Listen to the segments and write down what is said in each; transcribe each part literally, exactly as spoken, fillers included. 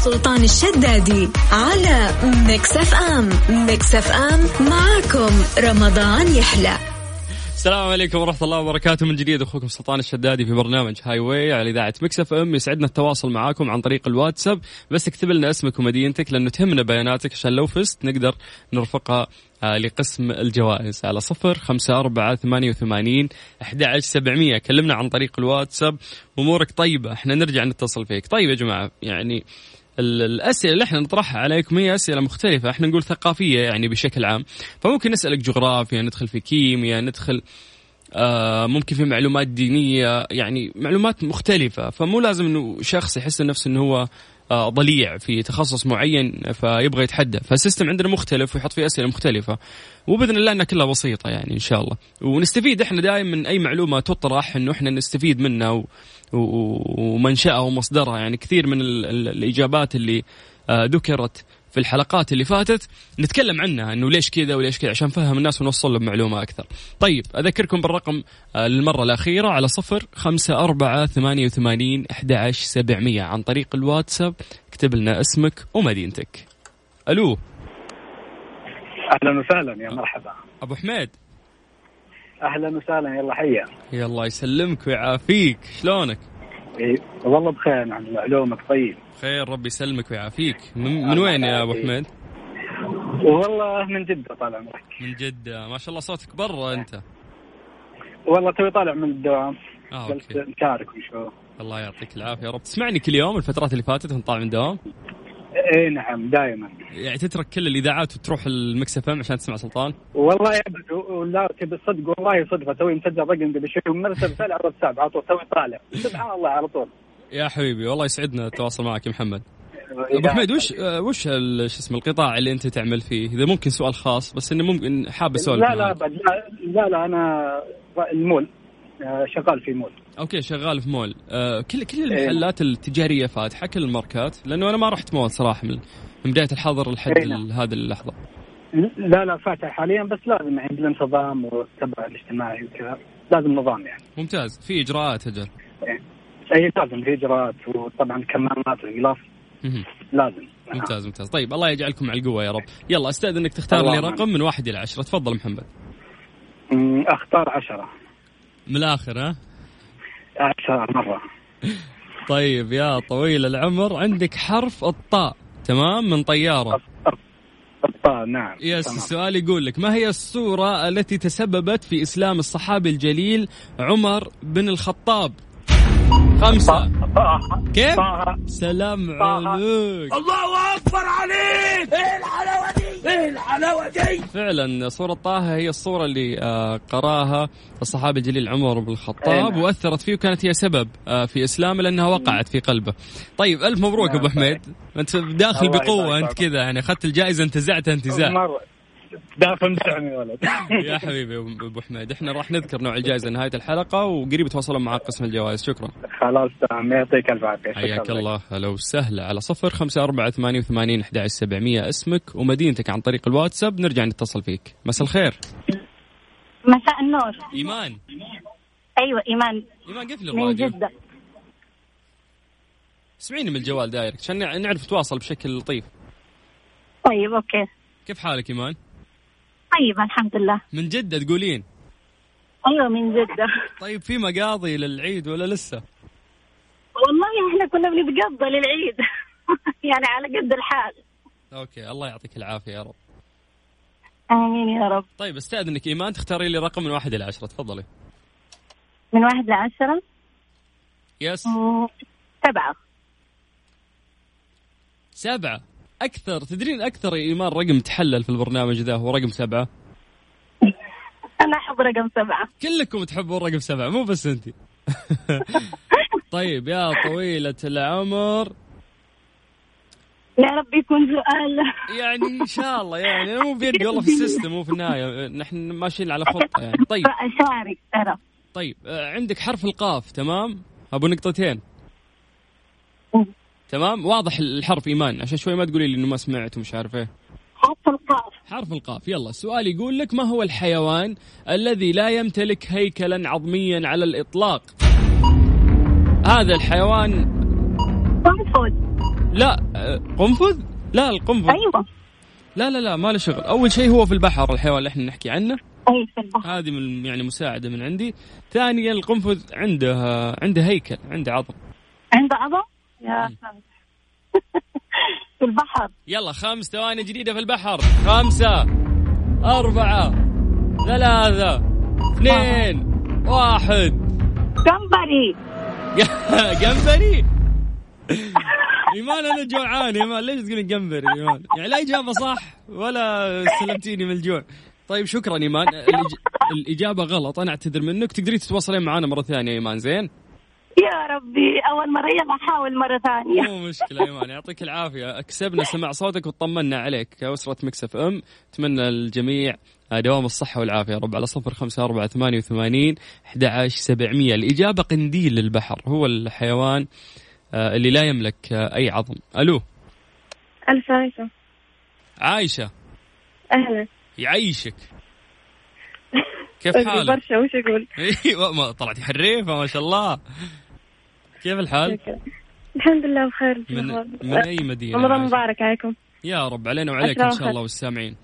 وسلطان الشدادي على ميكس اف ام. ميكس اف ام معاكم رمضان يحلى. السلام عليكم ورحمة الله وبركاته، من جديد أخوكم سلطان الشدادي في برنامج هاي واي على إذاعة ميكس اف ام. يسعدنا التواصل معاكم عن طريق الواتساب، بس اكتب لنا اسمك ومدينتك لأنه تهمنا بياناتك عشان لو فزت نقدر نرفقها لقسم الجوائز على صفر خمسة أربعة ثمانية وثمانين أحد عشر سبعمية. كلمنا عن طريق الواتساب. أمورك طيبة، احنا نرجع نتصل فيك. طيب يا جماعة، يعني الأسئلة اللي احنا نطرحها عليكم هي أسئلة مختلفة، احنا نقول ثقافية يعني بشكل عام، فممكن نسألك جغرافيا، ندخل في كيمياء، ندخل آه ممكن في معلومات دينية، يعني معلومات مختلفة. فمو لازم انه شخص يحس نفسه انه هو آه ضليع في تخصص معين فيبغى يتحدى. فالسيستم عندنا مختلف ويحط فيه أسئلة مختلفة، وبإذن الله أنها كلها بسيطة يعني إن شاء الله، ونستفيد احنا دائما من أي معلومة تطرح انه احنا نستفيد منها و ومنشأها ومصدرها. يعني كثير من ال ال الإجابات اللي آه ذكرت في الحلقات اللي فاتت نتكلم عنها، انه ليش كذا وليش كذا، عشان نفهم الناس ونوصل لهم معلومة اكثر. طيب اذكركم بالرقم للمرة الاخيرة على صفر خمسة أربعة ثمانية وثمانين أحد عشر سبعمية عن طريق الواتساب. اكتب لنا اسمك ومدينتك. الو، اهلا وسهلا، يا مرحبا ابو حميد. اهلا وسهلا، يلا حيا. يلا يسلمك ويعافيك، شلونك؟ إيه والله بخير، نعم. معلومك طيب؟ خير، ربي يسلمك ويعافيك. من, من وين يا ابو حميد؟ والله من جدة، طال عمرك. من جدة، ما شاء الله صوتك برا انت. والله توي طالع من الدوام. اه اوكي، نشارك وشو. الله يعطيك العافية يا رب. تسمعني كل يوم الفترات اللي فاتت وانت طالع من الدوام؟ ايه نعم، دائما. يعني تترك كل الاذاعات وتروح المكس اف ام عشان تسمع سلطان؟ والله يا ولا تبي صدق، والله صدفه توي مسجل رقم قبل شوي ومرسل رساله على الواتساب على طول، توي طالع سبحان الله على طول. يا حبيبي والله يسعدنا التواصل معك يا محمد. ابو حميد، وش وش شو اسم القطاع اللي انت تعمل فيه؟ اذا ممكن سؤال خاص، بس انه ممكن حاب اسولف. لا لا, لا لا لا انا المول، شغال في مول. اوكي، شغال في مول. آه كل كل المحلات التجاريه فاتحه، كل الماركات؟ لانه انا ما رحت مول صراحه من من بدايه الحظر لحد هذه اللحظه. لا لا فاتح حاليا، بس لازم يعني بالانتظام والتبع الاجتماعي وكذا، لازم نظام يعني. ممتاز. في اجراءات اجل؟ اي لازم في اجراءات، وطبعا كمامات والغلاف لازم. ممتاز ممتاز. طيب الله يجعلكم على القوه يا رب. يلا استاذنك تختار لي رقم من واحد الى عشرة. تفضل محمد. اختار عشرة. من الاخر ها؟ عشرة مرة. طيب يا طويل العمر، عندك حرف الطاء، تمام؟ من طيارة. الطاء نعم. يس. السؤال يقول لك: ما هي السورة التي تسببت في إسلام الصحابي الجليل عمر بن الخطاب؟ خمسة. كيف؟ سلام عليك، الله أكبر عليك. ايه الحلاوة دي، ايه الحلاوة دي. فعلا سورة طه هي الصورة اللي قراها الصحابي الجليل عمر بن الخطاب وأثرت فيه، وكانت هي سبب في إسلامه لأنها وقعت في قلبه. طيب ألف مبروك أبو حميد، أنت داخل بقوة، أنت كذا يعني أخذت الجائزة انتزعتها انتزاع. دافن دعمي ولد. يا حبيبي ابو حميد، احنا راح نذكر نوع الجائزه نهايه الحلقه، وقريب تواصلون مع قسم الجوائز. شكرا. خلاص تمام، يعطيك الف عافيه. حياك الله. هلا وسهلا. على صفر خمسة أربعة ثمانية وثمانين أحد عشر سبعمية اسمك ومدينتك عن طريق الواتساب، نرجع نتصل فيك. مساء الخير. مساء النور. ايمان. ايوه ايمان. ايمان قفل الراديو. من جدة. اسمعيني من الجوال دايركت عشان نعرف نتواصل بشكل لطيف. طيب اوكي. كيف حالك ايمان؟ طيب الحمد لله. من جدة تقولين؟ ايوه من جدة. طيب في مقاضي للعيد ولا لسه؟ والله احنا كنا بنتقضى للعيد. يعني على قد الحال. اوكي، الله يعطيك العافية يا رب. امين يا رب. طيب استاذنك ايمان تختاري لي رقم من واحد الى عشرة، تفضلي. من واحد لعشرة؟ يس. سبعة. سبعة أكثر. تدرين أكثر يا إيمان رقم تحلل في البرنامج ذا هو رقم سبعة. أنا أحب رقم سبعة. كلكم تحبون رقم سبعة، مو بس أنت. طيب يا طويلة العمر، يا رب يكون سؤال يعني إن شاء الله، يعني مو بيدي والله في السيستم، مو في النهاية نحن ماشيين على خطة يعني. طيب أشارك ترى. طيب عندك حرف القاف، تمام؟ أبو نقطتين. تمام، واضح الحرف إيمان، عشان شوي ما تقولي لي إنه ما سمعت ومش عارف إيه. حرف القاف. حرف القاف. يلا السؤال يقول لك: ما هو الحيوان الذي لا يمتلك هيكلا عظميا على الإطلاق؟ هذا الحيوان العنقود. لا قنفذ، لا القنفذ أيوة. لا لا لا ما له شغل. أول شيء هو في البحر الحيوان اللي احنا نحكي عنه. أي في البحر. هذه من يعني مساعدة من عندي. ثانيا القنفذ عنده عنده هيكل، عنده عظم. عنده عظم؟ يا سلام. في البحر. يلا خمس ثواني جديدة في البحر. خمسة أربعة ثلاثة اثنين واحد. جمبري. جمبري. إيمان أنا جوعان يا إيمان، ليش تقولين جمبري يا إيمان؟ يعني لا إجابة صح ولا سلمتيني من الجوع. طيب شكرا إيمان، الإج... الإجابة غلط، أنا أعتذر منك. تقدري تتواصلين معنا مرة ثانية إيمان؟ زين يا ربي أول مرة، يلا أحاول مرة ثانية. مو مشكلة إيمان، يعطيك العافية. أكسبنا سمع صوتك وطمنا عليك. أسرة مكس اف ام أتمنى الجميع دوام الصحة والعافية يا رب. على صفر خمسة أربعة ثمانية وثمانين أحد عشر سبعمية. الإجابة قنديل البحر، هو الحيوان اللي لا يملك أي عظم. ألو ألف عايشة. عايشة أهلا. يعيشك. كيف حالك؟ برشا وش أقول؟ ايوه ما طلعتي حريفة ما شاء الله. كيف الحال؟ الحمد لله بخير. من, من أي مدينة؟ رمضان مبارك عليكم. يا رب علينا وعليك إن شاء الله والسامعين.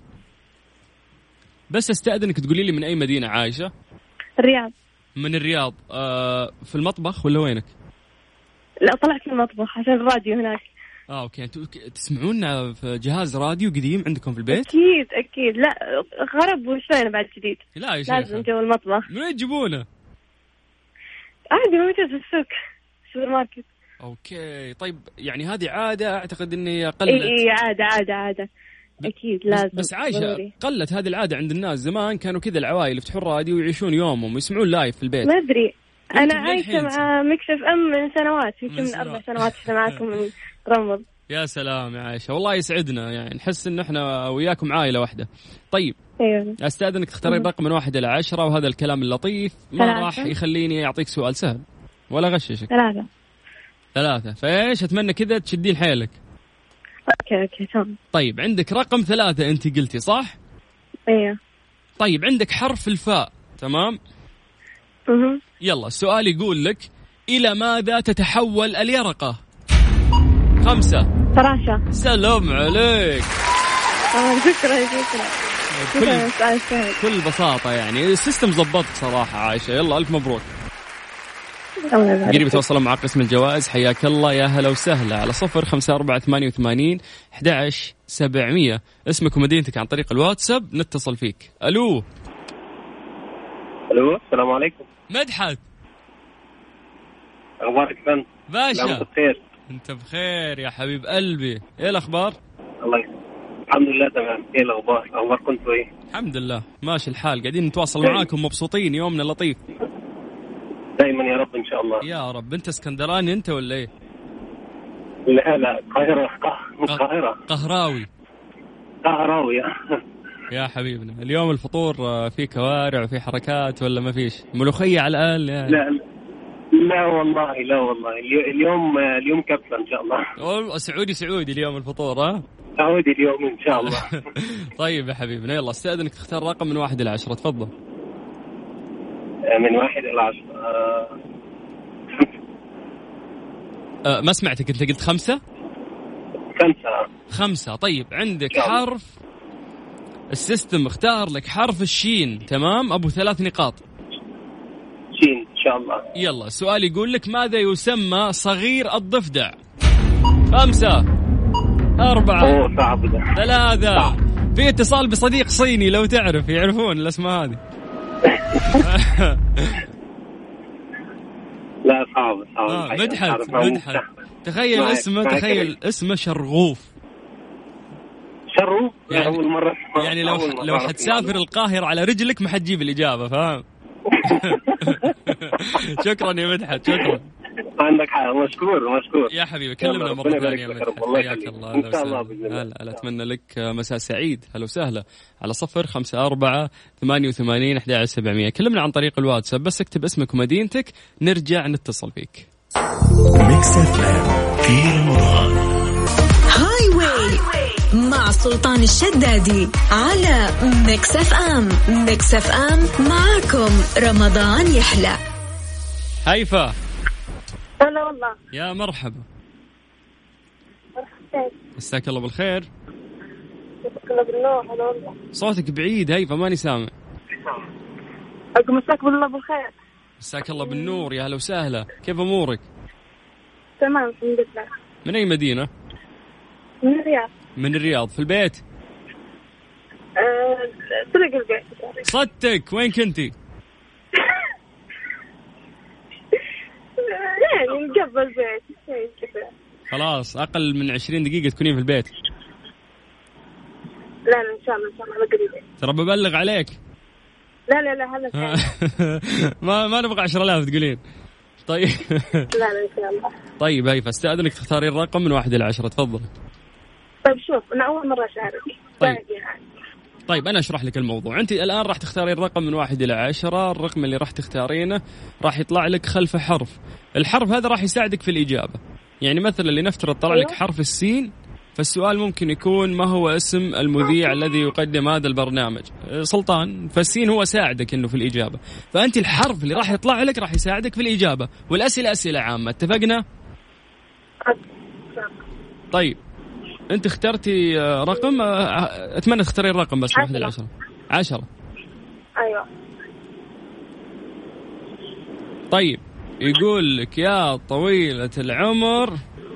بس استأذنك تقولي لي من أي مدينة عايشة؟ الرياض. من الرياض. آه في المطبخ ولا وينك؟ لا طلعت في المطبخ عشان الراديو هناك. اه اوكي. انتوا تسمعونا في جهاز راديو قديم عندكم في البيت؟ اكيد اكيد. لا غرب وشوينا بعد جديد. لا يا شيخ لازم جو المطبخ. من وين تجيبونه؟ عادي موجود في السوق سوبر ماركت. اوكي طيب يعني هذه عاده اعتقد اني قلت. اي اي عاده عاده عاده اكيد لازم. بس عايشه قلت هذه العاده عند الناس. زمان كانوا كذا العوائل يفتحون راديو ويعيشون يومهم ويسمعون لايف في البيت. ما ادري انا عايشه مع مكس اف ام من سنوات، يمكن من اربع سنوات احنا معكم من رمضان. يا سلام يا عايشه والله يسعدنا، يعني نحس ان احنا وياكم عائله واحده. طيب ايوه استاذنك تختارين رقم من واحد الى عشرة، وهذا الكلام اللطيف ما ثلاثة. راح يخليني اعطيك سؤال سهل ولا غششك. ثلاثة. ثلاثة فايش اتمنى كذا تشدين حيلك. اوكي اوكي تمام. طيب عندك رقم ثلاثة انت قلتي صح؟ ايوه. طيب عندك حرف الفاء تمام؟ اها. يلا السؤال يقول لك الى ماذا تتحول اليرقة؟ خمسة. فراشة. سلام عليك. آه شكرا شكرا. بكل كل بساطة يعني السيستم زبطك صراحة عايشة. يلا ألف مبروك. قريب يتواصلون مع قسم الجوائز. حياك الله يا هلا وسهلا على صفر خمسة أربعة ثمانية وثمانين أحد عشر سبعمية. اسمك ومدينتك عن طريق الواتساب نتصل فيك. ألو. ألو السلام عليكم. مدحت أخبارك فن؟ باشا بخير. أنت بخير يا حبيب قلبي. إيه الأخبار؟ الله يسلمك. الحمد لله تمام. إيه الأخبار؟ أخباركم كنتوا إيه؟ الحمد لله ماشي الحال، قاعدين نتواصل معاكم مبسوطين، يومنا لطيف دائما يا رب إن شاء الله. يا رب. أنت اسكندراني أنت ولا إيه؟ لا لا القاهرة. القاهرة قهراوي. قهراوي يا حبيبنا. اليوم الفطور في كوارع وفي حركات ولا ما فيش؟ ملوخية على الأقل يعني. لا لا والله لا والله اليوم اليوم كبسة إن شاء الله. سعودي سعودي اليوم الفطور ها؟ سعودي اليوم إن شاء الله. طيب يا حبيبنا يلا استأذنك تختار رقم من واحد إلى عشرة. تفضل. من واحد إلى عشرة. أه ما سمعتك أنت قلت خمسة؟ خمسة. خمسة. طيب عندك حرف السيستم اختار لك حرف الشين تمام أبو ثلاث نقاط. شين إن شاء الله. يلا السؤال يقول لك ماذا يسمى صغير الضفدع؟ خمسة أربعة أوه صعب ده. ثلاثة. في اتصال بصديق صيني لو تعرف يعرفون الأسماء هذه. لا صعب صعب. آه مدحت مدحت تخيل اسمه تخيل اسمه شرغوف. شرغوف يعني, أول مرة يعني لو أول مرة لو حتسافر القاهرة على رجلك ما حتجيب الإجابة فاهم. شكرا يا مدحت شكرا. عندك حق. مشكور مشكور يا حبيبي. كلمنا مرة ثانية يا مدحت. حياك الله. إن شاء الله بإذن الله. هلا أتمنى لك مساء سعيد. هلا وسهلا على صفر خمسة أربعة ثمانية وثمانين أحد عشر سبعمية. كلمنا عن طريق الواتساب بس اكتب اسمك ومدينتك نرجع نتصل فيك. ميكس اف ام في رمضان. هاي واي مع سلطان الشدادي على ميكس اف ام. ميكس اف ام معكم رمضان يحلى. هيفا. هلا والله. يا مرحبا. بالخير. مساك الله بالخير. مساك الله بالنور. هلا والله. صوتك بعيد هيفا ماني سامع. أقول مساك الله بالخير. مساك الله بالنور يا هلا وسهلا، كيف أمورك؟ تمام الحمد لله. من أي مدينة؟ من الرياض. من الرياض. في البيت؟ أه... طريق البيت. صدتك وين كنتي؟ يعني قبل البيت شيء كذا. خلاص أقل من عشرين دقيقة تكونين في البيت. لا لا إن شاء الله إن شاء الله قريب. ترى ببلغ عليك. لا لا لا هذا ما ما نبغى عشرة آلاف تقولين. طيب. لا لا إن شاء الله. طيب هاي فاستأذنك تختاري الرقم من واحد إلى عشرة، تفضل. طيب شوف أنا أول مرة أشارك. طيب. طيب أنا أشرح لك الموضوع. أنت الآن راح تختارين الرقم من واحد إلى عشرة، الرقم اللي راح تختارينه راح يطلع لك خلفه حرف، الحرف هذا راح يساعدك في الإجابة. يعني مثلا لنفترض طلع لك حرف السين، فالسؤال ممكن يكون ما هو اسم المذيع الذي يقدم هذا البرنامج؟ سلطان. فالسين هو ساعدك إنه في الإجابة، فأنت الحرف اللي راح يطلع لك راح يساعدك في الإجابة، والأسئلة أسئلة عامة. اتفقنا؟ طيب أنت اخترتي رقم، أتمنى تختاري الرقم بس واحد إلى عشرة. عشرة. أيوة. طيب يقول لك يا طويلة العمر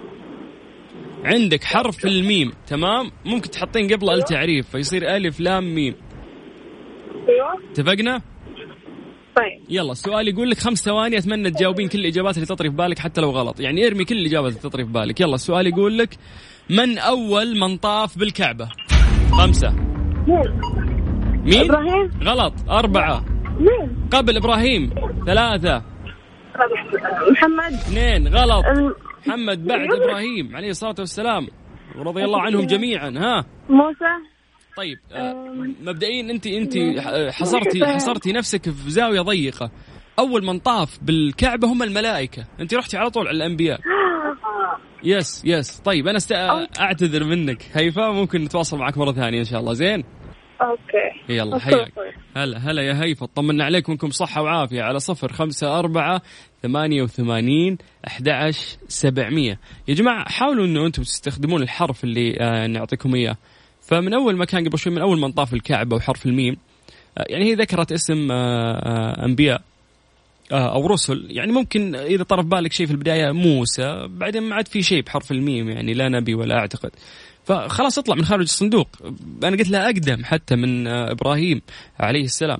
عندك حرف الميم، تمام؟ ممكن تحطين قبله التعريف فيصير ألف لام ميم. أيوة. اتفقنا؟ طيب يلا السؤال يقول لك خمس ثواني، أتمنى تجاوبين كل الإجابات اللي تطري في بالك حتى لو غلط، يعني ارمي كل الإجابات اللي تطري في بالك. يلا السؤال يقول لك من أول من طاف بالكعبة؟ خمسة. مين؟ مين؟ إبراهيم. غلط. أربعة. مين؟ قبل إبراهيم. ثلاثة. محمد. اثنين. غلط. محمد بعد إبراهيم عليه الصلاة والسلام ورضي الله عنهم جميعا. ها موسى. طيب آه مبدئيا انت انت حصرتي حصرتي نفسك في زاويه ضيقه. اول من طاف بالكعبه هم الملائكه، انت رحتي على طول على الانبياء. يس يس. طيب انا است... اعتذر منك هيفا، ممكن نتواصل معك مره ثانيه ان شاء الله. زين اوكي يلا حياك. هلا هلا يا هيفا، طمنا عليك وانكم صحه وعافيه على صفر خمسة أربعة ثمانية وثمانين أحد عشر سبعمية. يا جماعه حاولوا انه انتم تستخدمون الحرف اللي آه نعطيكم اياه. فمن أول ما كان قبل شوي، من أول من طاف الكعبة وحرف الميم، يعني هي ذكرت اسم أنبياء أو رسل، يعني ممكن إذا طرف بالك شيء في البداية موسى، بعدين ما عاد في شيء بحرف الميم، يعني لا نبي ولا أعتقد، فخلاص اطلع من خارج الصندوق. أنا قلت لها أقدم حتى من إبراهيم عليه السلام،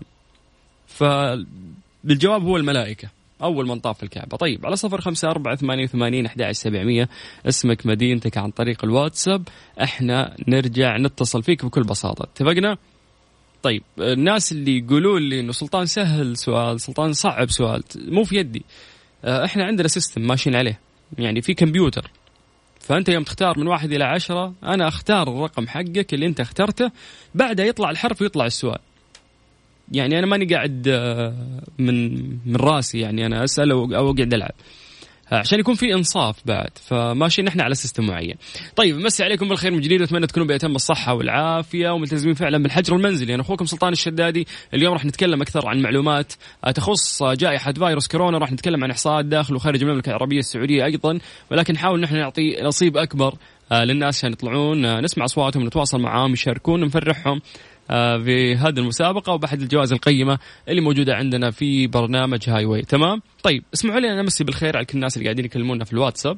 فالجواب هو الملائكة أول من طاف الكعبة. طيب على صفر خمسة أربعة ثمانية وثمانين أحد عشر سبعمية اسمك مدينتك عن طريق الواتساب، احنا نرجع نتصل فيك بكل بساطة. اتفقنا؟ طيب الناس اللي يقولون لي إنه سلطان سهل سؤال، سلطان صعب سؤال، مو في يدي. احنا عندنا سيستم ماشيين عليه، يعني في كمبيوتر، فأنت يوم تختار من واحد إلى عشرة أنا أختار الرقم حقك اللي أنت اخترته، بعدها يطلع الحرف ويطلع السؤال. يعني أنا ماني قاعد من من راسي، يعني أنا أسأل أو أقعد ألعب عشان يكون في إنصاف بعد، فماشيين نحن على سيستم معين. طيب مسي عليكم بالخير من جديد، وأتمنى تكونوا بأتم الصحة والعافية وملتزمين فعلا بالحجر المنزلي. أنا أخوكم سلطان الشدادي. اليوم راح نتكلم أكثر عن معلومات تخص جائحة فيروس كورونا، راح نتكلم عن إحصاءات داخل وخارج المملكة العربية السعودية أيضا، ولكن نحاول نحن نعطي نصيب أكبر للناس عشان يطلعون نسمع أصواتهم، نتواصل معهم، يشاركون، نفرحهم في هذه المسابقة وبحد الجوائز القيمة اللي موجودة عندنا في برنامج هاي واي. تمام؟ طيب اسمعوا لي أنا أمسي بالخير على كل الناس اللي قاعدين يكلمونا في الواتساب.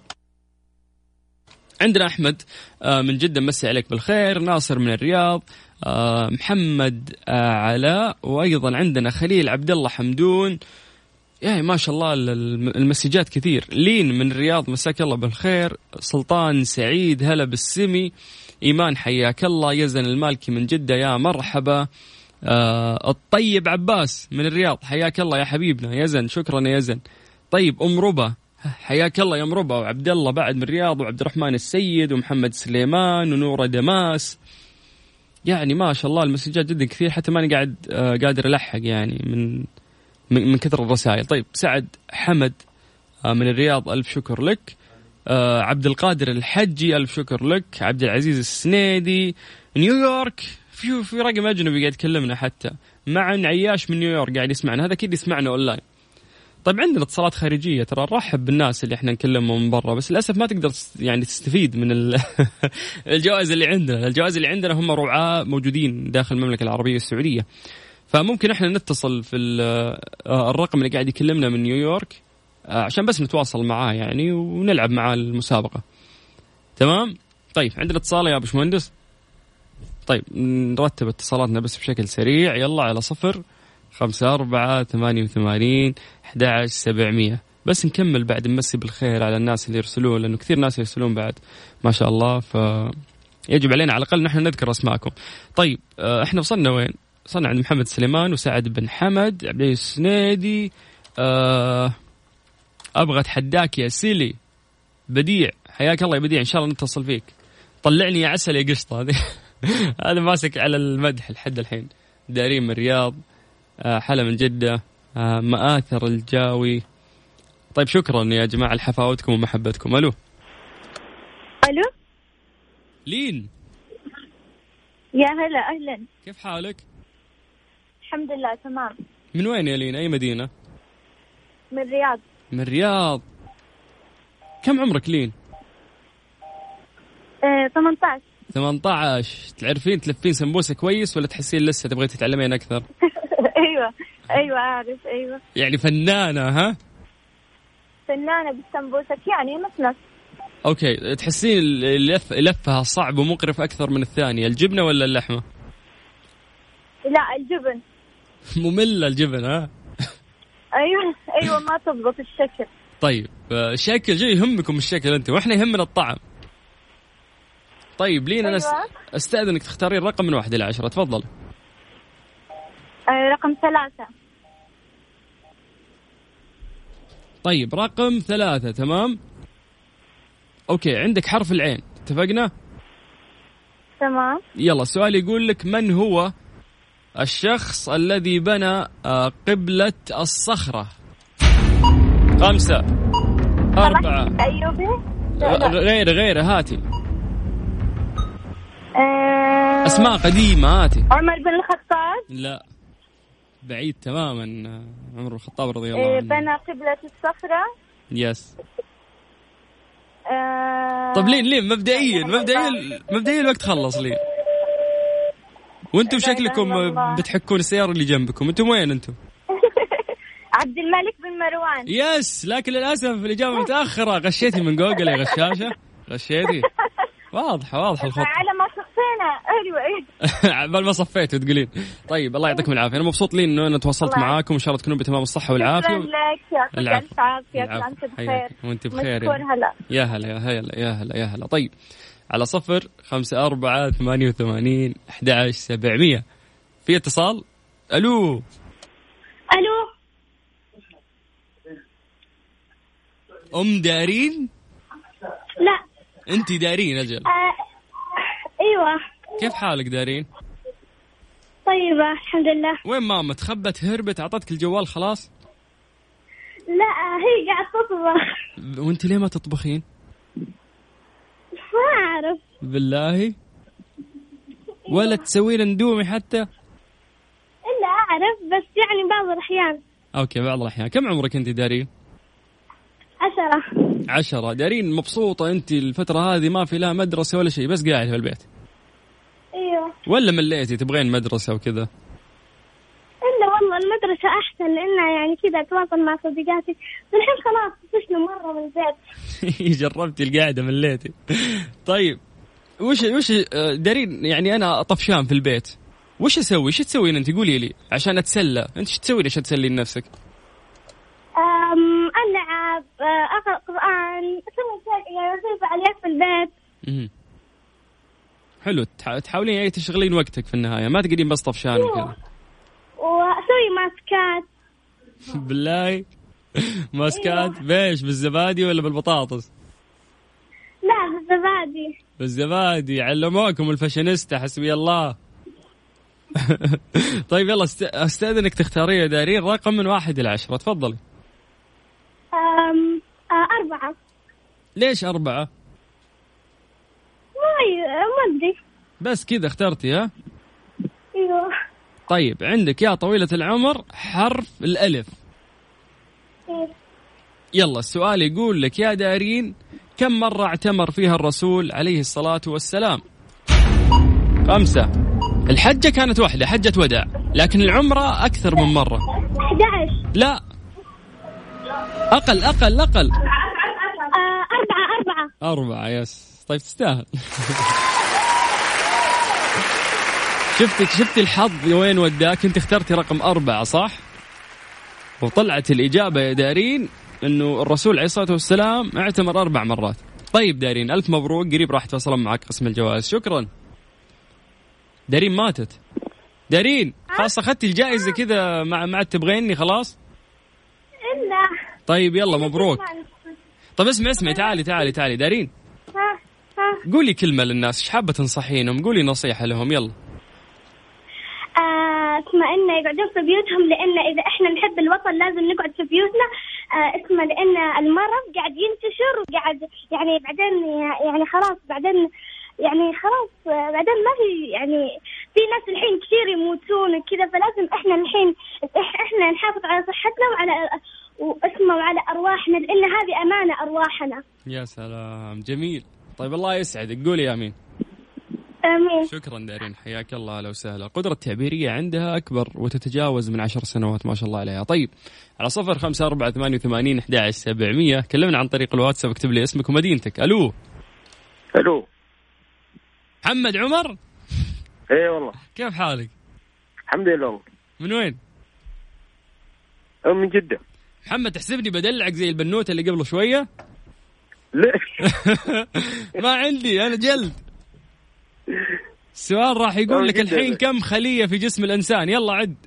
عندنا أحمد من جدة مسي عليك بالخير، ناصر من الرياض، محمد علاء، وأيضا عندنا خليل عبد الله حمدون. يعني ما شاء الله المسجات كثير. لين من الرياض مساك الله بالخير، سلطان سعيد هلا بالسمي، إيمان حياك الله، يزن المالكي من جدة يا مرحبا، آه الطيب عباس من الرياض حياك الله يا حبيبنا يزن، شكرا يا يزن. طيب أم ربا حياك الله يا أم ربا، وعبد الله بعد من الرياض، وعبد الرحمن السيد، ومحمد سليمان، ونورة دماس. يعني ما شاء الله المسجات جدا كثير، حتى ماني قاعد آه قادر ألحق يعني من من, من كثر الرسائل. طيب سعد حمد آه من الرياض ألف شكر لك. آه عبد القادر الحجي ألف شكر لك. عبد العزيز السنيدي نيويورك، في في رقم أجنبي قاعد يكلمنا، حتى مع عياش من نيويورك قاعد يسمعنا، هذا كده يسمعنا أونلاين. طيب عندنا اتصالات خارجية، ترى نرحب بالناس اللي احنا نكلمهم من برا، بس للأسف ما تقدر يعني تستفيد من الجوائز اللي عندنا. الجوائز اللي عندنا هم رعاة موجودين داخل المملكة العربية السعودية، فممكن احنا نتصل في الرقم اللي قاعد يكلمنا من نيويورك عشان بس نتواصل معاه يعني ونلعب معاه المسابقة. تمام؟ طيب عندنا اتصال يا باشمهندس. طيب نرتب اتصالاتنا بس بشكل سريع. يلا على صفر خمسة أربعة ثمانية وثمانين أحد عشر سبعمية. بس نكمل بعد نمسي بالخير على الناس اللي يرسلون، لأنه كثير ناس يرسلون بعد ما شاء الله، فيجب علينا على الأقل نحن نذكر أسماءكم. طيب احنا وصلنا وين؟ وصلنا عند محمد سليمان وسعد بن حمد عبد السنيدي. أه أبغى أتحداك يا سيلي. بديع حياك الله يا بديع، إن شاء الله نتصل فيك. طلعني يا عسل يا قشطة. هذه هذا ماسك على المدح لحد الحين. دارين من الرياض، حلا من جدة، مآثر الجاوي. طيب شكرا يا جماعة لحفاوتكم ومحبتكم. ألو ألو لين، يا هلا أهلا، كيف حالك؟ الحمد لله تمام. من وين يا لين؟ أي مدينة؟ من الرياض. من الرياض. كم عمرك لين؟ اه ثمانية عشر. ثمانية عشر. تعرفين تلفين سمبوسة كويس ولا تحسين لسه تبغي تتعلمين أكثر؟ أيوة أيوة أعرف. أيوة يعني فنانة ها؟ فنانة بالسمبوسة يعني مثلك. أوكي، تحسين اللف لفها صعب ومقرف أكثر من الثانية، الجبنة ولا اللحمة؟ لا الجبن. مملة الجبن ها؟ أيوة أيوة ما تضبط الشكل. طيب الشكل جاي يهمكم الشكل أنت، وإحنا يهمنا الطعم. طيب لين أنا أيوة. أستأذنك تختارين رقم من واحد إلى عشرة، تفضل. أه رقم ثلاثة. طيب رقم ثلاثة تمام. أوكي عندك حرف العين، اتفقنا؟ تمام. يلا السؤال يقول لك من هو الشخص الذي بنى قبلة الصخرة؟ خمسة أربعة. أيوبي. غير غير هاتي أه... أسماء قديمة هاتي. عمر بن الخطاب. لا بعيد تماما. عمر بن الخطاب رضي الله عنه. بنى قبلة الصخرة. يس. أه... طب لين لين مبدئيا مبدئيا مبدئيا الوقت خلص لين. وانتم شكلكم بتحكون السيارة اللي جنبكم. انتم وين انتم؟ عبد الملك بن مروان. يس، لكن للأسف الإجابة متأخرة. غشيتي من جوجل يا غشاشة، غشيتي. واضحة واضحة الخط. على ما صفينا. أيوة بل ما صفيت تقولين. طيب الله يعطيكم العافية. أنا مبسوط لي إنه أنا تواصلت معاكم، وإن شاء الله تكونوا بتمام الصحة والعافية. شكرا لك، يعطيك ألف عافية. أنت بخير وأنت بخير. هلا يا هلا يا هلا يا هلا يا هلا. طيب على صفر خمسة أربعة ثمانية وثمانين أحد عشر سبعمية في اتصال. ألو ألو أم دارين؟ لا أنت دارين أجل. آه... أيوة. كيف حالك دارين؟ طيبة الحمد لله. وين ماما؟ تخبت هربت أعطتك الجوال خلاص؟ لا هي قاعدة تطبخ. وأنت ليه ما تطبخين؟ ما أعرف بالله. ولا تسوين اندومي حتى؟ إلا أعرف بس يعني بعض الأحيان. أوكي بعض الأحيان. كم عمرك أنت دارين؟ عشرة. عشرة. دارين مبسوطة أنت الفترة هذه ما في لا مدرسة ولا شيء، بس قاعد في البيت؟ أيوة. ولا مليتي تبغين مدرسة وكذا؟ إلا والله المدرسة أحسن لأنها يعني كذا أتواصل مع صديقاتي. الحين خلاص طفشنا مرة من البيت. جربتي القاعدة مليتي. طيب وش وش دارين يعني أنا طفشان في البيت، وش أسوي؟ إيش تسوين أنت؟ قولي لي عشان أتسلى. أنت إيش تسوين عشان تسلين نفسك؟ أم ألعب، أقرأ قرآن، أسوي يعني أسوي فعاليات في البيت. امم حلو. تحاولين يعني تشغلين وقتك في النهاية، ما تقعدين بس طفشان وكذا. وأسوي ماسكات. بالله ماسكات بيش؟ بالزبادي ولا بالبطاطس؟ لا بالزبادي. بالزبادي. علموكم الفاشينيستا حسبي الله. طيب يلا استأذنك تختاري يا دارين رقم من واحد إلى عشرة، تفضلي. أم أربعة. ليش أربعة؟ ما ما أدري بس كذا اخترتي ها؟ أيوه. طيب عندك يا طويلة العمر حرف الألف. أيوه. يلا السؤال يقول لك يا دارين كم مرة اعتمر فيها الرسول عليه الصلاة والسلام؟ خمسة. الحجة كانت واحدة، حجة وداع، لكن العمرة أكثر من مرة. أحد عشر. لا أقل أقل أقل. آه أربعة أربعة. أربعة يس. طيب تستاهل. شفتك شفتي الحظ وين وداك، انت اخترتي رقم أربعة صح، وطلعت الإجابة يا دارين إنه الرسول عليه الصلاة والسلام اعتمر أربع مرات. طيب دارين ألف مبروك، قريب راح توصل معك قسم الجوائز. شكرا. دارين ماتت. دارين خلاص أخذتي الجائزة كذا، مع مع تبغيني خلاص. إلا. طيب يلا مبروك. طب اسمع اسمع تعالي تعالي تعالي دارين. ها ها. قولي كلمة للناس، ايش حابة تنصحينهم؟ قولي نصيحة لهم يلا. اسمع إنه يقعدون في بيوتهم، لأن إذا إحنا نحب الوطن لازم نقعد في بيوتنا. اسمع لأن المرض قاعد ينتشر وقاعد يعني بعدين يعني خلاص بعدين يعني خلاص بعدين ما في يعني في ناس الحين كثير يموتون كذا، فلازم إحنا الحين إحنا نحافظ على صحتنا وعلى واسمه وعلى أرواحنا، لأن هذه أمانة أرواحنا. يا سلام جميل. طيب الله يسعدك، قولي يا آمين. آمين. شكرا دارين، حياك الله. لو سهلة، القدرة التعبيرية عندها أكبر وتتجاوز من عشر سنوات ما شاء الله عليها. طيب على صفر خمسة أربعة ثمانية وثمانين أحد عشر سبعمية كلمنا عن طريق الواتساب، اكتب لي اسمك ومدينتك. ألو. ألو محمد عمر. ايه والله. كيف حالك؟ الحمد لله. من وين؟ من جدة. محمد تحسبني بدلعك زي البنوتة اللي قبل شوية؟ ليش؟ ما عندي أنا جلد. السؤال راح يقول لك الحين كم خلية في جسم الإنسان؟ يلا عد.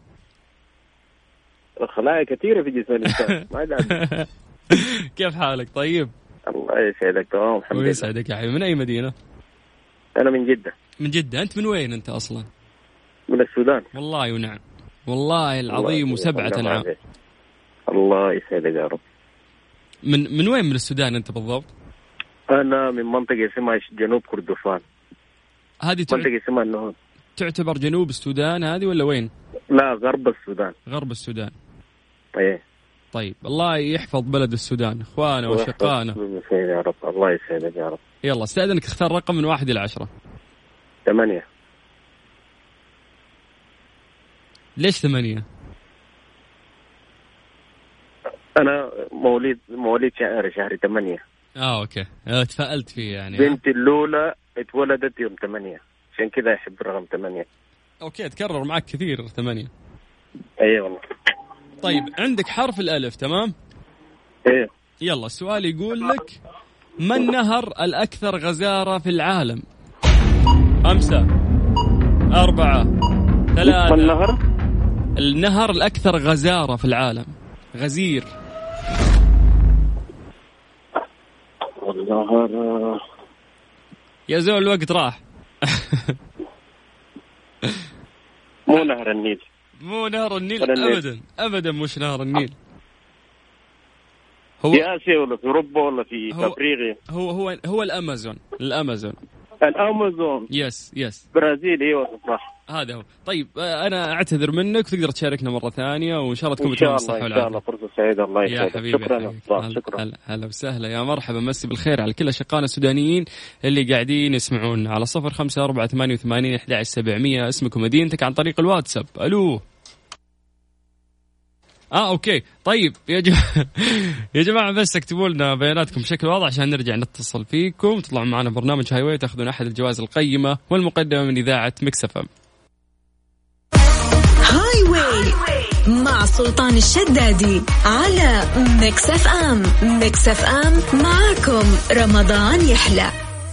خلايا كثيرة في جسم الإنسان. ما عد. كيف حالك؟ طيب الله يسعدك. تمام الحمد لله. ويسعدك يا حبيبي. من أي مدينة؟ أنا من جدة. من جدة. أنت من وين أنت أصلا؟ من السودان. والله ونعم والله العظيم وسبعة أنعام. الله يسعدك يا رب. من من وين من السودان أنت بالضبط؟ أنا من منطقة اسمها جنوب كردفان. هذه منطقة اسمها النهضة. تعتبر جنوب السودان هذه ولا وين؟ لا غرب السودان. غرب السودان. طيب. طيب الله يحفظ بلد السودان، إخوانا وشقانا. يا رب. الله يسعدك يا رب. يلا استأذنك تختار رقم من واحد إلى عشرة. ثمانية. ليش ثمانية؟ أنا مواليد مواليد شهر شهر ثمانية. آه أوكي. أه تفائلت فيه يعني. بنتي الأولى اتولدت يوم ثمانية، عشان كذا أحب رقم ثمانية. أوكي تكرر معك كثير ثمانية. أيه والله. طيب عندك حرف الألف تمام؟ إيه. يلا السؤال يقول لك ما النهر الأكثر غزارة في العالم؟ خمسة أربعة ثلاثة. النهر النهر الأكثر غزارة في العالم. غزير. النهر يا زول الوقت راح. مو نهر النيل. مو نهر النيل أبدا أبدا مش نهر النيل. هو في آسيا ولا في أوروبا ولا في أفريقيا؟ هو هو هو الأمازون. الأمازون. الأمازون. يس يس. برازيل. ايوه صح. هذا هو. طيب انا اعتذر منك، وتقدر تشاركنا مره ثانيه وان شاء الله تكون بتمام الصحه والعافيه. ان شاء الله فرصه سعيده. الله يسعدك. يا حبيبي شكرا. شكرا. هلا وسهلا يا مرحبا. مسي بالخير على كل اشقائنا السودانيين اللي قاعدين يسمعون على صفر خمسة أربعة ثمانية وثمانين أحد عشر سبعمية. اسمك ومدينتك عن طريق الواتساب. الو. اه اوكي طيب يا جماعه يا جماعه بس اكتبوا لنا بياناتكم بشكل واضح عشان نرجع نتصل فيكم، تطلعون معنا برنامج هاي واي، تاخذون احد الجوائز القيمه والمقدمه من اذاعه ميكس اف ام. هاي واي مع سلطان الشدادي على ميكس اف ام. ميكس اف ام معاكم رمضان يحلى.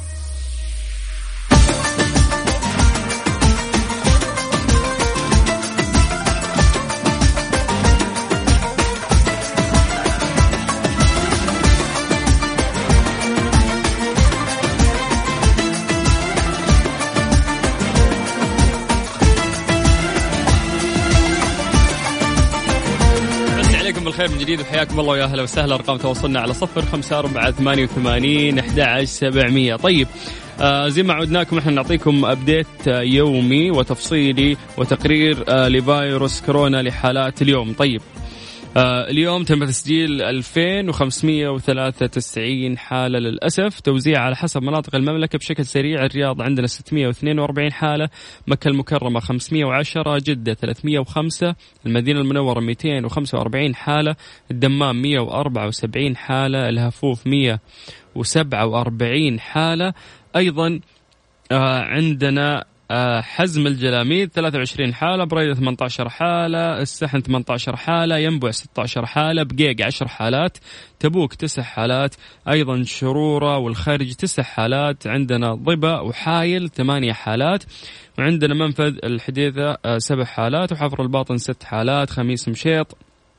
بالخير من جديد وحياكم الله ويا اهلا وسهلا. ارقام تواصلنا على صفر خمسة أربعة ثمانية وثمانين أحد عشر سبعمية. طيب آه زي ما عودناكم احنا نعطيكم ابديت آه يومي وتفصيلي وتقرير آه لفيروس كورونا لحالات اليوم. طيب آه اليوم تم تسجيل ألفين وخمسمائة وثلاثة وتسعين حالة للأسف، توزيع على حسب مناطق المملكة بشكل سريع. الرياض عندنا ستمائة واثنين وأربعين حالة، مكة المكرمة خمسمائة وعشرة، جدة ثلاثمائة وخمسة، المدينة المنورة مئتين وخمسة وأربعين حالة، الدمام مئة وأربعة وسبعين حالة، الهفوف مئة وسبعة وأربعين حالة. أيضا آه عندنا آه حزم الجلاميد ثلاثة وعشرين حالة، بريدة ثمانية عشر حالة، السحن ثمانية عشر حالة، ينبع ستة عشر حالة، بقيق عشر حالات، تبوك تسع حالات، أيضا شرورة والخارج تسع حالات، عندنا ضبا وحايل ثمانية حالات، وعندنا منفذ الحديثة آه سبع حالات، وحفر الباطن ست حالات، خميس مشيط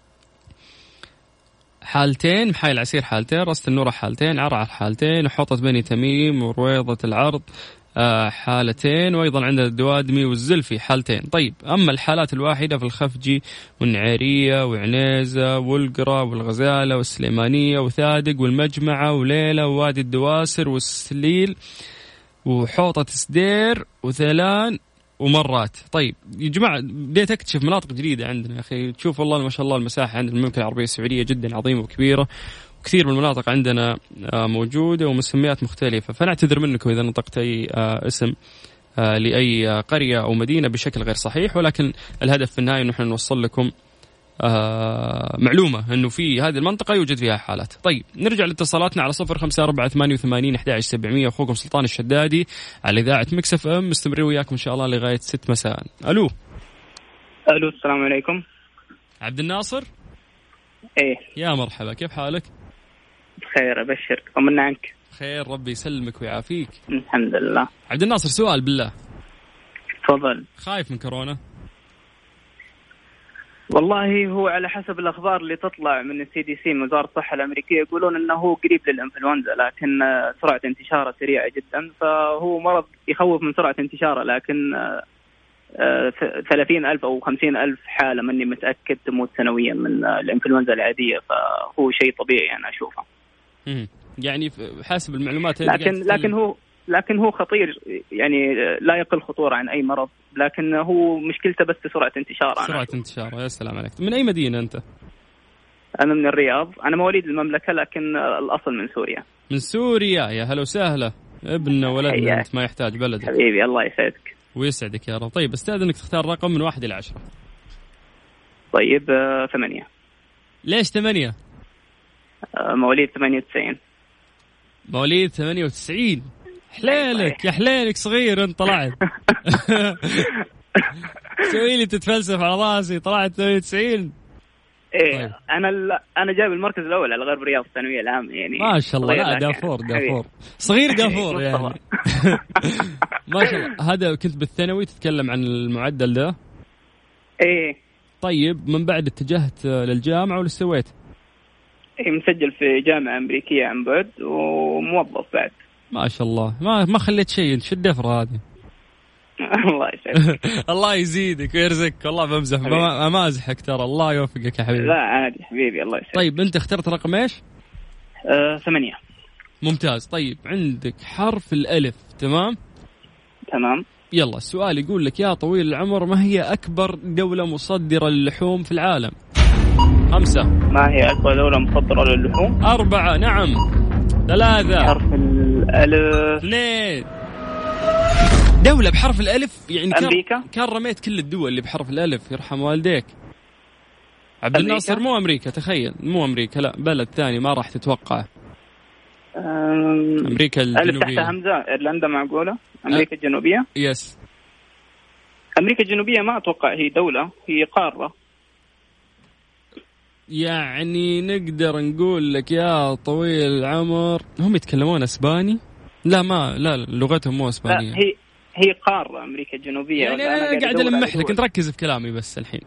حالتين، محايل العسير حالتين، رأس النورة حالتين، عرعر حالتين، وحوطة بني تميم ورويضة العرض حالتين، وأيضا عندنا الدوادمي والزلفي حالتين. طيب أما الحالات الواحدة في الخفجي والنعيرية وعنيزة والقرى والغزالة والسليمانية وثادق والمجمعة وليلة ووادي الدواسر والسليل وحوطة سدير وثلان ومرات. طيب يا جماعة بديت أكتشف مناطق جديدة عندنا يا أخي، تشوف والله ما شاء الله المساحة عند المملكة العربية السعودية جدا عظيمة وكبيرة، كثير من المناطق عندنا موجودة ومسميات مختلفة. فنعتذر منكم إذا نطقت أي اسم لأي قرية أو مدينة بشكل غير صحيح، ولكن الهدف في النهاية نحن نوصل لكم معلومة أنه في هذه المنطقة يوجد فيها حالات. طيب نرجع لاتصالاتنا على صفر خمسة أربعة ثمانية وثمانين أحد عشر سبعمية. أخوكم سلطان الشدادي على إذاعة ميكس اف ام، مستمرين وياكم إن شاء الله لغاية ست مساء. ألو ألو السلام عليكم. عبد الناصر. إيه يا مرحبا، كيف حالك؟ بخير أبشر، طمنا عنك. خير ربي يسلمك ويعافيك. الحمد لله. عبد الناصر سؤال بالله. تفضل. خايف من كورونا؟ والله هو على حسب الأخبار اللي تطلع من السي دي سي من وزارة الصحة الأمريكية، يقولون أنه قريب للإنفلونزا، لكن سرعة انتشاره سريعة جدا، فهو مرض يخوف من سرعة انتشاره. لكن ثلاثين ألف أو خمسين ألف حالة مني متأكد تموت سنويا من الإنفلونزا العادية، فهو شيء طبيعي أنا أشوفه. امم يعني حسب المعلومات. لكن لكن هو لكن هو خطير، يعني لا يقل خطورة عن أي مرض، لكن هو مشكلته بس سرعة انتشاره. سرعة انتشاره. يا سلام عليك. من أي مدينة أنت؟ أنا من الرياض، أنا مواليد المملكة لكن الأصل من سوريا. من سوريا، يا هلا وسهلا، ابننا ولدنا أنت، ما يحتاج بلدك. حبيبي الله يسعدك ويسعدك يا رب. طيب استأذنك تختار رقم من واحد إلى عشرة. طيب آه، ثمانية. ليش ثمانية؟ آه، مواليد ثمانية وتسعين. مواليد ثمانية وتسعين. حليلك يا حليلك، صغير انت طلعت. سوي لي تتفلسف على راسي، طلعت ثمانية وتسعين. ايه طيب. انا ال... انا جايب المركز الاول على غرب رياض الثانويه العامه يعني. ما شاء الله. لا دافور يعني. دافور صغير دافور يعني. ما شاء الله. هذا كنت بالثانوي تتكلم عن المعدل ده؟ ايه. طيب من بعد اتجهت للجامعه ولا سويت؟ ايه مسجل في جامعه امريكيه عن بعد وموظف بعد. ما شاء الله. ما ما خليت شيء. شو الدفره هذه؟ الله يسعدك. الله يزيدك ويرزقك. والله بمزح امازحك ترى. الله يوفقك يا حبيبي. لا عادي حبيبي الله يسعدك. طيب انت اخترت رقم ايش؟ آه، ثمانية. ممتاز. طيب عندك حرف الالف. تمام تمام. يلا السؤال يقول لك يا طويل العمر، ما هي اكبر دولة مصدرة للحوم في العالم؟ خمسة. ما هي اكبر دولة مصدرة للحوم؟ أربعة. نعم. ثلاثة. حرف الالف. اثنين. دولة بحرف الألف يعني. أمريكا. كان رميت كل الدول اللي بحرف الألف يرحم والديك. عبد الناصر مو أمريكا، تخيل مو أمريكا، لا بلد ثاني ما راح تتوقع. أم... أمريكا الجنوبية. ألف تحت همزة. إيرلندا معقولة؟ أمريكا أه؟ الجنوبية. يس. أمريكا الجنوبية ما أتوقع هي دولة، هي قارة. يعني نقدر نقول لك يا طويل العمر هم يتكلمون أسباني؟ لا ما لا لغتهم مو أسبانية. لا هي هي قارة أمريكا الجنوبية. يعني أنا, أنا قاعد ألمح لك، نركز في كلامي بس الحين.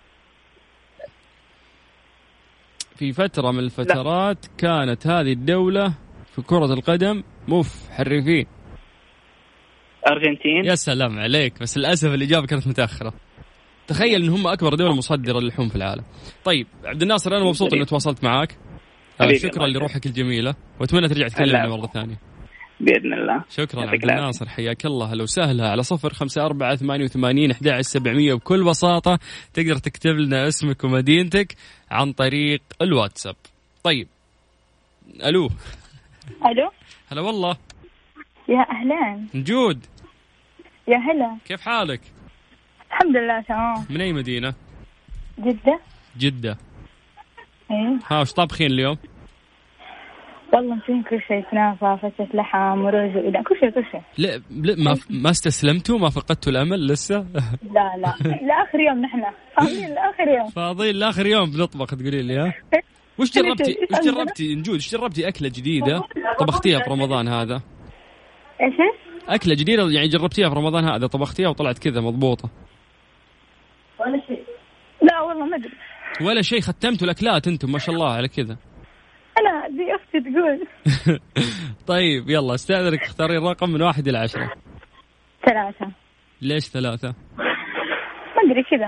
في فترة من الفترات لا. كانت هذه الدولة في كرة القدم موف حرفين. أرجنتين. يا سلام عليك، بس للأسف الإجابة كانت متأخرة. تخيل إن هم أكبر دولة مصدرة للحوم في العالم. طيب عبد الناصر أنا مبسوط إني تواصلت معك. شكرا لروحك الجميلة، وأتمنى ترجع تكلمني مرة ثانية. بإذن الله. شكرا عبد الناصر، حياك الله. هلا وسهلا. على صفر خمسة أربعة ثمانية وثمانين أحد عشر سبعمية بكل بساطة تقدر تكتب لنا اسمك ومدينتك عن طريق الواتساب. طيب ألو. ألو. هلا والله. يا أهلين. نجود. يا هلا. كيف حالك؟ الحمد لله تمام. من أي مدينة؟ جدة. جدة. إيه. ها وش طابخين اليوم؟ والله مسوين كل شيء، كنافة، فتة لحم، ورز، وإذا كل شيء كل شيء. لا, لا ما ما استسلمتوا، ما فقدتوا الأمل لسه؟ لا لا لآخر يوم نحن فاضيين لآخر يوم. فاضيين لآخر يوم بنطبخ تقولي لي ها؟ وش جربتي؟ وش جربتي نجود؟ وش جربتي أكلة جديدة طبختيها في رمضان هذا؟ إيش؟ أكلة جديدة يعني جربتيها في رمضان هذا طبختيها وطلعت كذا مضبوطة؟ ولا شيء. لا والله ما أدري. ولا شيء. ختمتوا الأكلات أنتم ما شاء الله على كذا. أنا دي أختي تقول. طيب يلا استأذنك اختاري الرقم من واحد إلى عشرة. ثلاثة. ليش ثلاثة؟ ما أدري كذا.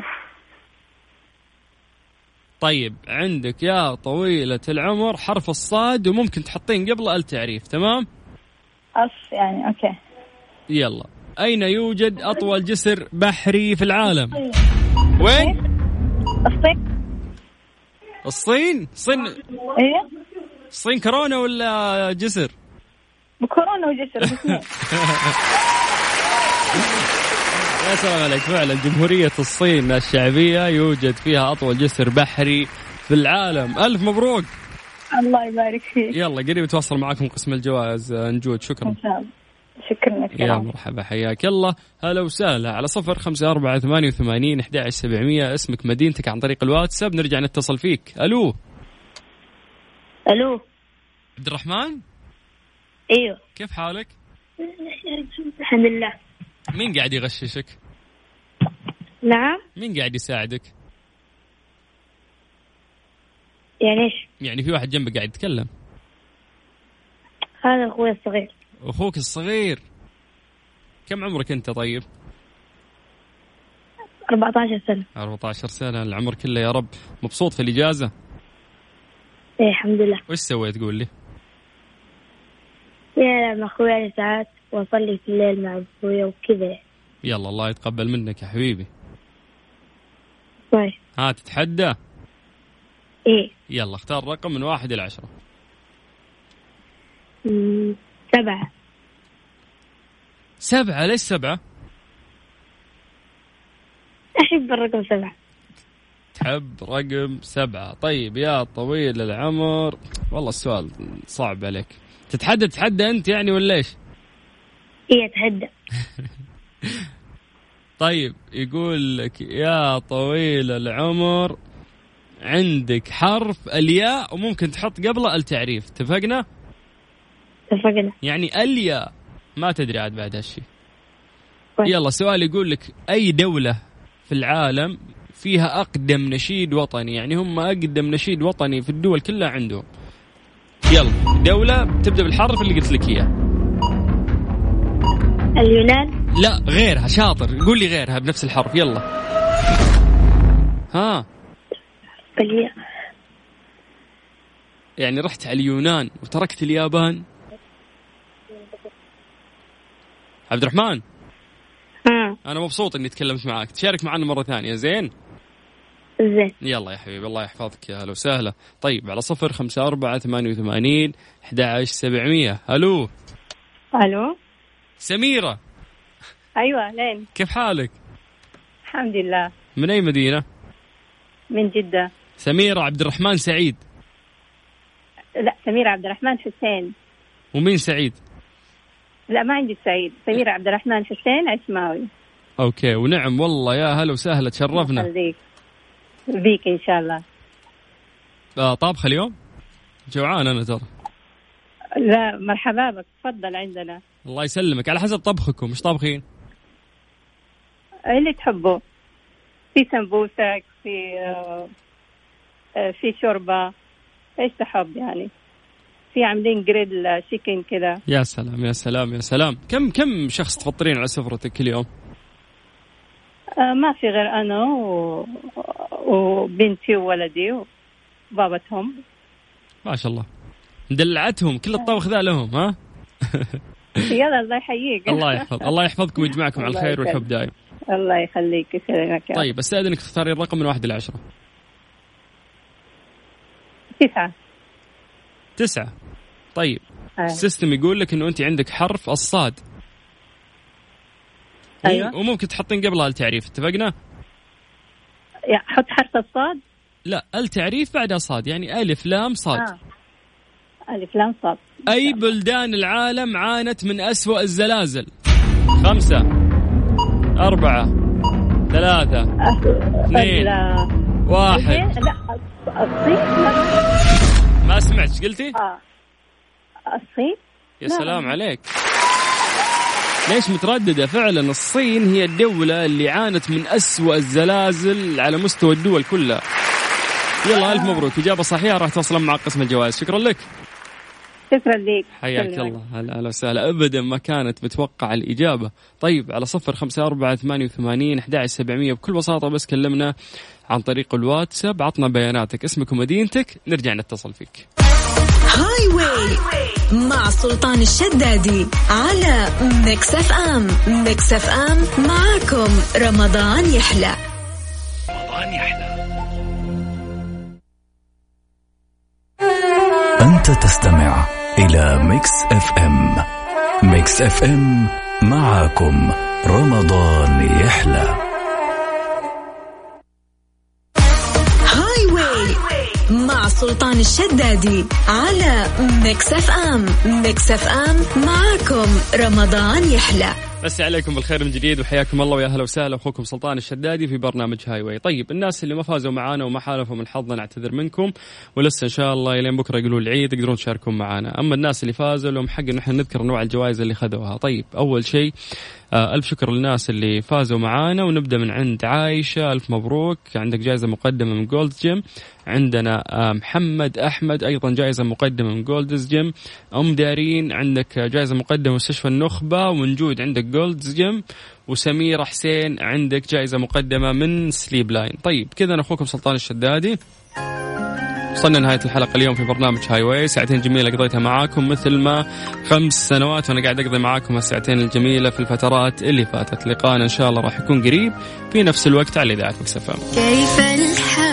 طيب عندك يا طويلة العمر حرف الصاد وممكن تحطين قبله التعريف. تمام؟ أص يعني أوكي. يلا. أين يوجد أطول جسر بحري في العالم؟ وين؟ الصين. الصين؟ الصين. إيه. الصين كورونا ولا جسر؟ بكورونا وجسر. يا سلام عليك. فعلا جمهورية الصين الشعبية يوجد فيها أطول جسر بحري في العالم. ألف مبروك. الله يبارك فيك. يلا قريب نتواصل معكم قسم الجوائز نجود. شكرا. إن شاء الله. شكرا لك. يا مرحبا حياك الله. هلا وسهلا. على صفر خمسة أربعة ثمانية وثمانين أحد عشر سبعمية اسمك مدينتك عن طريق الواتساب نرجع نتصل فيك. ألو. ألو. عبد الرحمن. أيوه. كيف حالك؟ الحمد لله. مين قاعد يغششك؟ نعم. مين قاعد يساعدك؟ يعني إيش؟ يعني في واحد جنبك قاعد يتكلم. هذا أخوي الصغير. أخوك الصغير. كم عمرك أنت طيب؟ أربعة عشر سنة. أربعة عشر سنة. العمر كله يا رب. مبسوط في الإجازة؟ إيه الحمد لله. وش سويت قول لي؟ يا مع أخوي ساعات وأصلي في الليل مع أخوي وكذا. يلا الله يتقبل منك يا حبيبي. طيب. ها تتحدى؟ إيه. يلا اختار رقم من واحد إلى عشرة. مم. سبعة. سبعة؟ ليش سبعة؟ أحب الرقم سبعة. تحب رقم سبعة. طيب يا طويل العمر والله السؤال صعب عليك. تتحدى تتحدى أنت يعني ولا إيش؟ إيه أتحدى. طيب يقول لك يا طويل العمر عندك حرف الياء وممكن تحط قبله التعريف. اتفقنا؟ اتفقنا. يعني الياء ما تدري عاد بعد هالشيء. يلا سؤال يقول لك أي دولة في العالم فيها أقدم نشيد وطني؟ يعني هم أقدم نشيد وطني في الدول كلها عندهم. يلا دولة تبدأ بالحرف اللي قلت لك إياه. اليونان. لا غيرها. شاطر. قول لي غيرها بنفس الحرف. يلا ها. الياء. يعني رحت على اليونان وتركت اليابان. عبد الرحمن. ها. أنا مبسوط إني تكلمت معاك. تشارك معنا مرة ثانية. زين. زين. يلا يا حبيبي الله يحفظك. يا هلا وسهلا. طيب على صفر خمسة أربعة ثمانية وثمانين أحد عشر سبعمية. ألو. ألو. سميرة. أيوة لين. كيف حالك؟ الحمد لله. من أي مدينة؟ من جدة. سميرة عبد الرحمن سعيد. لا سميرة عبد الرحمن حسين. ومين سعيد؟ لا ما عندي سعيد. سميرة عبد الرحمن حسين عشماوي. أوكي ونعم والله. يا هلا وسهلا تشرفنا. خليك بيك إن شاء الله. آه طابخة اليوم؟ جوعان أنا ترى. لا مرحبا بك. تفضل عندنا. الله يسلمك. على حسب طبخكم مش طابخين؟ اللي تحبه. في سمبوسك في آه في شوربة ايش تحب يعني. في عاملين جريل شيكن كذا. يا سلام يا سلام يا سلام. كم كم شخص تفطرين على سفرتك اليوم؟ آه ما في غير أنا و... وبنتي وولدي وبابتهم. ما شاء الله. دلعتهم كل الطبخ ذا لهم ها. يلا الله يحييك. الله يحفظ الله يحفظكم ويجمعكم على الخير والحب دائم. الله يخليك يسلمك. طيب استأذنك تختاري الرقم من واحد إلى عشرة. تسعة. تسعة. طيب آه. السيستم يقول لك إنه أنت عندك حرف الصاد. أيوة. وممكن تحطين قبلها التعريف، اتفقنا؟ يعني حط حرف الصاد؟ لا التعريف بعدها صاد، يعني ألف لام صاد. آه. ألف لام صاد. أي بلدان العالم عانت من أسوأ الزلازل؟ خمسة أربعة ثلاثة اثنين واحد. لا الصين. ما سمعت قلتي؟ آه. الصين. يا سلام عليك، ليش مترددة؟ فعلا الصين هي الدولة اللي عانت من أسوأ الزلازل على مستوى الدول كلها. يلا ألف مبروك، إجابة صحيحة، راح توصلن مع قسم الجوائز. شكرا لك. شكرا لك. حياك الله. هلا هلا وسهلا. أبدا ما كانت متوقع الإجابة. طيب على صفر خمسة أربعة ثمانية وثمانين أحد عشر سبعمية بكل بساطة بس كلمنا عن طريق الواتساب، عطنا بياناتك اسمك ومدينتك نرجع نتصل فيك. هاي واي مع سلطان الشدادي على ميكس اف ام. ميكس اف ام معكم رمضان يحلى. رمضان يحلى. أنت تستمع إلى ميكس اف ام. ميكس اف ام معكم رمضان يحلى. هاي واي مع سلطان الشدادي على ميكس اف ام. ميكس اف ام معكم رمضان يحلى. بس عليكم بالخير من جديد وحياكم الله ويا اهلا وسهلا. اخوكم سلطان الشدادي في برنامج هاي واي. طيب الناس اللي ما فازوا معانا وما حالفوا من حظنا نعتذر منكم، ولسه ان شاء الله الين بكره يقولوا العيد تقدرون تشاركون معانا. اما الناس اللي فازوا لهم حق ان احنا نذكر انواع الجوائز اللي خذوها. طيب اول شيء آه ألف شكر للناس اللي فازوا معانا، ونبدأ من عند عايشة. ألف مبروك، عندك جائزة مقدمة من جولدز جيم. عندنا آه محمد أحمد أيضا جائزة مقدمة من جولدز جيم. أم دارين عندك جائزة مقدمة من مستشفى النخبة. ونجود عندك جولدز جيم. وسميرة حسين عندك جائزة مقدمة من سليب لاين. طيب كذا أنا أخوكم سلطان الشدادي، وصلنا نهاية الحلقة اليوم في برنامج هاي واي. ساعتين جميلة قضيتها معاكم مثل ما خمس سنوات وأنا قاعد أقضي معاكم الساعتين الجميلة في الفترات اللي فاتت. لقانا إن شاء الله راح يكون قريب في نفس الوقت على إذاعة ميكس اف ام. كيف الحال